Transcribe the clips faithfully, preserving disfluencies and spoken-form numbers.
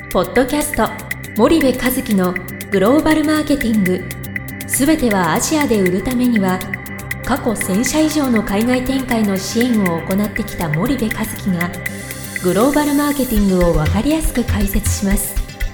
ポッドキャスト森部一樹のグローバルマーケティング、すべてはアジアで売るためには、過去せん社以上の海外展開の支援を行ってきた森部一樹がグローバルマーケティングを分かりやすく解説します。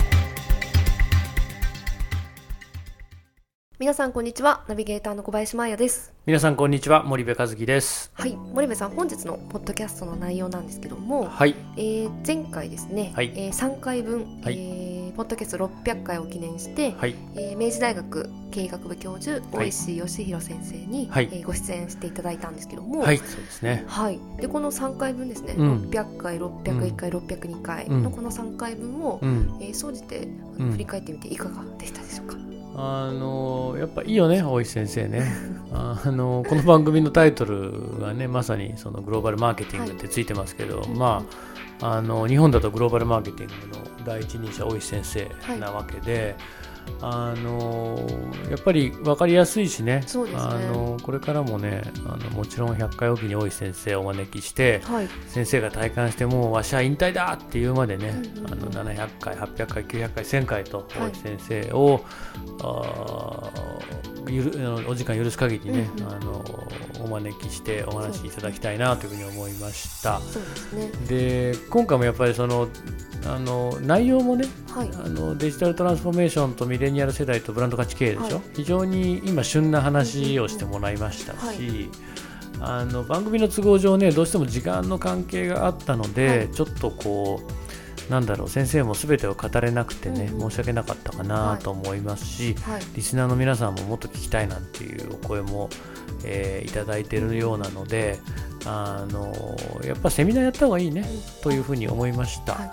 皆さんこんにちは。ナビゲーターの小林真彩です。 皆さんこんにちは。森部一樹です。 はい、森部さん、本日のポッドキャストの内容なんですけども、 はい、 えー、前回ですね、 はいえー、さんかいぶん、 はいえー、ポッドキャストろっぴゃっかいを記念して、 はいえー、明治大学経営学部教授、 はい大石義弘先生に、 はいえー、ご出演していただいたんですけども、 はい、そうですね。 はい、でこのさんかいぶんですね、 うんろっぴゃっかい、ろっぴゃくいっかい、ろっぴゃくにかいのこのさんかいぶんを、 うんえー、総じてあうんの振り返ってみていかがでしたでしょうか。 あのやっぱいいよね、大石先生ね。あのこの番組のタイトルがね、まさにそのグローバルマーケティングってついてますけど、はい、まあ、あの日本だとグローバルマーケティングの第一人者大石先生なわけで、はい、あのやっぱり分かりやすいしね、 そうですね、 あのこれからもね、あのもちろんひゃっかいおきに大石先生をお招きして、はい、先生が体感してもうわしは引退だっていうまでね、うんうん、あのななひゃっかい、はっぴゃっかい、きゅうひゃっかい、せんかいと大石先生を、はい、あゆるお時間許す限りね、うんうん、あのお招きしてお話しいただきたいなというふうに思いました。 そうですね。 で今回もやっぱりそのあの内容もね、はい、あのデジタルトランスフォーメーションとミレニアル世代とブランド価値経営でしょ、はい、非常に今旬な話をしてもらいましたし、はい、あの番組の都合上ね、どうしても時間の関係があったので、はい、ちょっとこうなんだろう、先生も全てを語れなくてね、うん、申し訳なかったかなと思いますし、はい、リスナーの皆さんももっと聞きたいなんていうお声も、えー、いただいているようなので、あのやっぱセミナーやった方がいいねというふうに思いました。はい、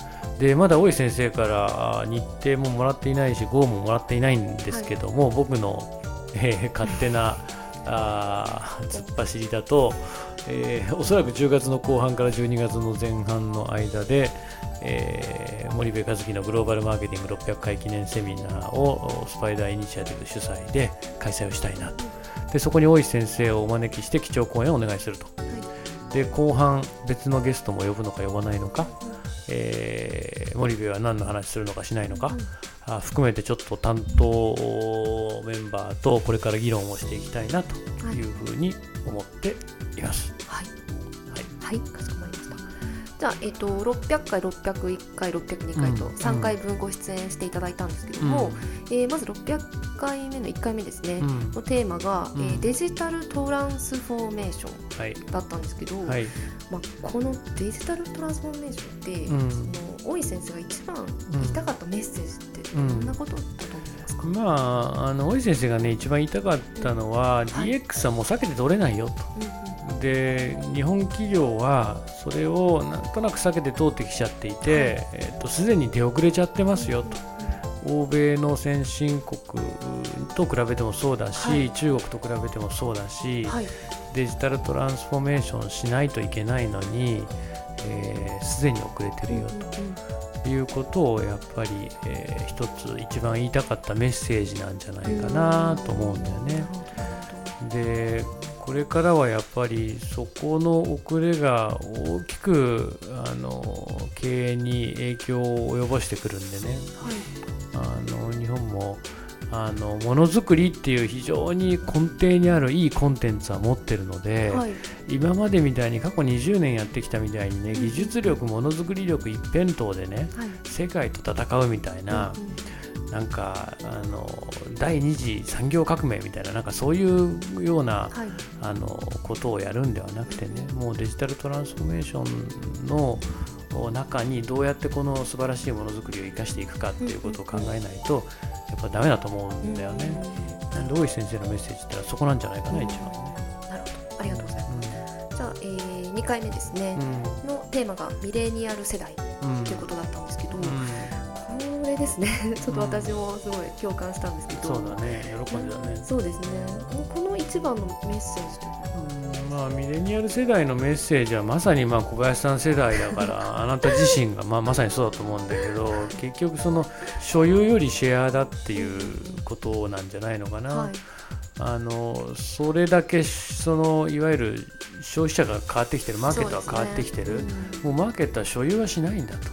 でまだ大石先生から日程ももらっていないし号ももらっていないんですけども、はい、僕の、えー、勝手なあ突っ走りだと、えー、おそらくじゅうがつの後半からじゅうにがつの前半の間で、えー、森部一樹のグローバルマーケティングろっぴゃっかい記念セミナーをスパイダーイニシアティブ主催で開催をしたいなと。でそこに大石先生をお招きして基調講演をお願いすると。で後半別のゲストも呼ぶのか呼ばないのか、えー、森部は何の話するのかしないのか、うん、あ含めてちょっと担当メンバーとこれから議論をしていきたいなというふうに思っています。 はい、はいはい、かしこまりました。じゃあ、えー、とろっぴゃっかい、ろっぴゃくいっかい、ろっぴゃくにかいとさんかいぶんご出演していただいたんですけども、うんえー、まずろっぴゃっかいめのいっかいめですね、うん、のテーマが、うんえー、デジタルトランスフォーメーションだったんですけど、はいまあ、このデジタルトランスフォーメーションって、うん、その大石先生が一番言いたかったメッセージってどんなことだと思いますか。 うんまあ、あの大石先生がね一番言いたかったのは、うん、ディーエックス はもう避けて取れないよと、うん、で日本企業はそれをなんとなく避けて通ってきちゃっていて、はいえー、とすでに出遅れちゃってますよと、うん、欧米の先進国と比べてもそうだし、はい、中国と比べてもそうだし、はい、デジタルトランスフォーメーションしないといけないのにすで、えー、に遅れてるよと、うん、いうことをやっぱり、えー、一つ一番言いたかったメッセージなんじゃないかなと思うんだよね。でこれからはやっぱりそこの遅れが大きくあの経営に影響を及ぼしてくるんでね、はい、あの日本もあのものづくりっていう非常に根底にあるいいコンテンツは持ってるので、はい、今までみたいに過去にじゅうねんやってきたみたいにね、技術力ものづくり力一辺倒でね、はい、世界と戦うみたいな、うんうん、なんかあの第二次産業革命みたいな、なんかそういうような、はい、あのことをやるんではなくてね、もうデジタルトランスフォーメーションの中にどうやってこの素晴らしいものづくりを生かしていくかっていうことを考えないとやっぱダメだと思うんだよね。なんで大石先生のメッセージってのはそこなんじゃないかな、一番ね。 なるほど、ありがとうございます。うん、じゃあ、えー、にかいめですね、うん、のテーマがミレニアル世代ということだったんですけど、うん、これですねちょっと私もすごい共感したんですけど、 うん、そうだね、喜んでたね。 そうですね、この一番のメッセージというのは、 まあ、ミレニアル世代のメッセージはまさにまあ小林さん世代だからあなた自身がまあまさにそうだと思うんだけど、結局その所有よりシェアだっていうことなんじゃないのかな。はい、あのそれだけそのいわゆる消費者が変わってきてる、マーケットは変わってきてる、ね、うん、もうマーケットは所有はしないんだと、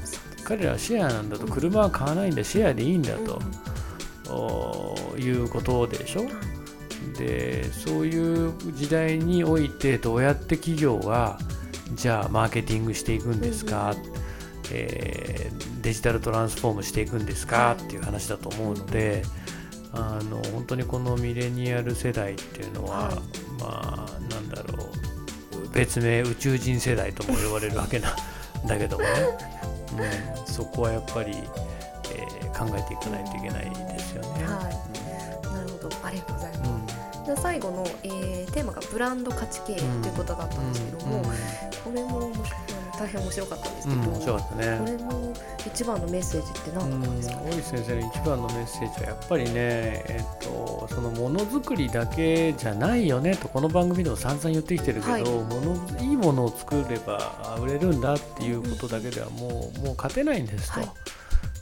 彼らはシェアなんだと、車は買わないんだ、シェアでいいんだと、うん、いうことでしょ。でそういう時代においてどうやって企業はじゃあマーケティングしていくんですか、うんえー、デジタルトランスフォームしていくんですかっていう話だと思うので、あの本当にこのミレニアル世代っていうのは、はい、まあなんだろう、別名宇宙人世代とも呼ばれるわけなんだけどもね、うん、そこはやっぱり、えー、考えていかないといけないですよね。 はいうん、なるほど、ありがとうございます。うん、で最後の、えー、テーマがブランド価値経営ということだったんですけども、うんうん、これも面白い大変面白かったんですけど、うん、面白かったね。これの一番のメッセージって何だったんですか？ 大石先生の一番のメッセージはやっぱりね、えっと、そのものづくりだけじゃないよねと、この番組でも散々言ってきてるけど、はい、ものいいものを作れば売れるんだっていうことだけではもう、もう勝てないんですと、はい、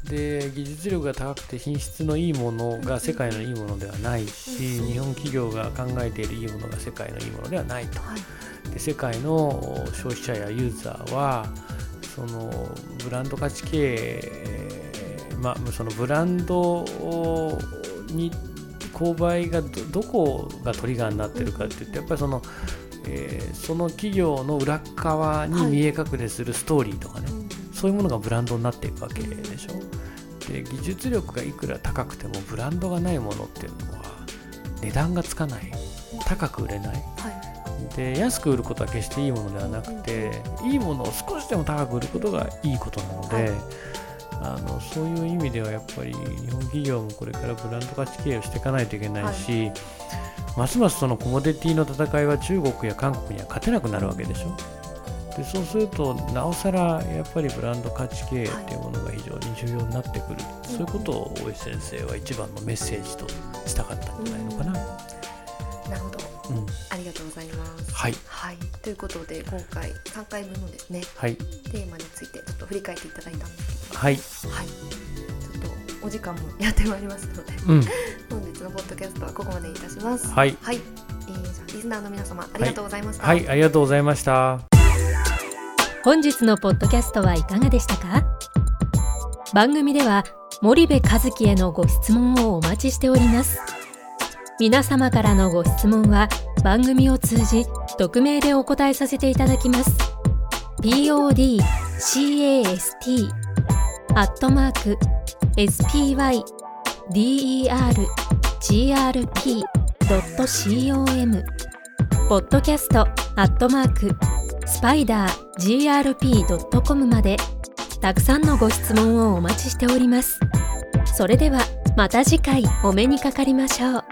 で技術力が高くて品質のいいものが世界のいいものではないし、日本企業が考えているいいものが世界のいいものではないと、はいで世界の消費者やユーザーはそのブランド価値経営、まあ、そのブランドに購買が ど, どこがトリガーになっているかっていってやっぱりその、えー、その企業の裏側に見え隠れするストーリーとかね、はい、そういうものがブランドになっていくわけでしょ。で技術力がいくら高くてもブランドがないものっていうのは値段がつかない、高く売れない、はいで安く売ることは決していいものではなくて、いいものを少しでも高く売ることがいいことなので、はい、あのそういう意味ではやっぱり日本企業もこれからブランド価値経営をしていかないといけないし、はい、ますますそのコモディティの戦いは中国や韓国には勝てなくなるわけでしょ。でそうするとなおさらやっぱりブランド価値経営っていうものが非常に重要になってくる、はい、そういうことを大石先生は一番のメッセージとしたかったんじゃないのかな。 なるほど、うん、ありがとうございます。 はい、 はい、ということで今回さんかいぶんのですね、はい、テーマについてちょっと振り返っていただいたんですけど、 はい、はい、 ちょっとお時間もやってまいりますので、うん、本日のポッドキャストはここまでいたします。 はい、 はい、えー、じゃあリスナーの皆様ありがとうございました。 はい、はい、ありがとうございました。 本日のポッドキャストはいかがでしたか？番組では森部一樹へのご質問をお待ちしております。皆様からのご質問は番組を通じ匿名でお答えさせていただきます。ポッドキャスト アットマーク エスピーワイディーイーアールジーアールピー ドット コム ポッドキャスト アットマーク スパイダー ジーアールピー ドットコム までたくさんのご質問をお待ちしております。それではまた次回お目にかかりましょう。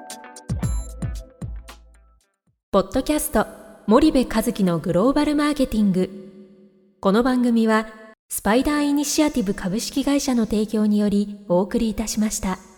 ポッドキャスト森部一樹のグローバルマーケティング。この番組はスパイダーイニシアティブ株式会社の提供によりお送りいたしました。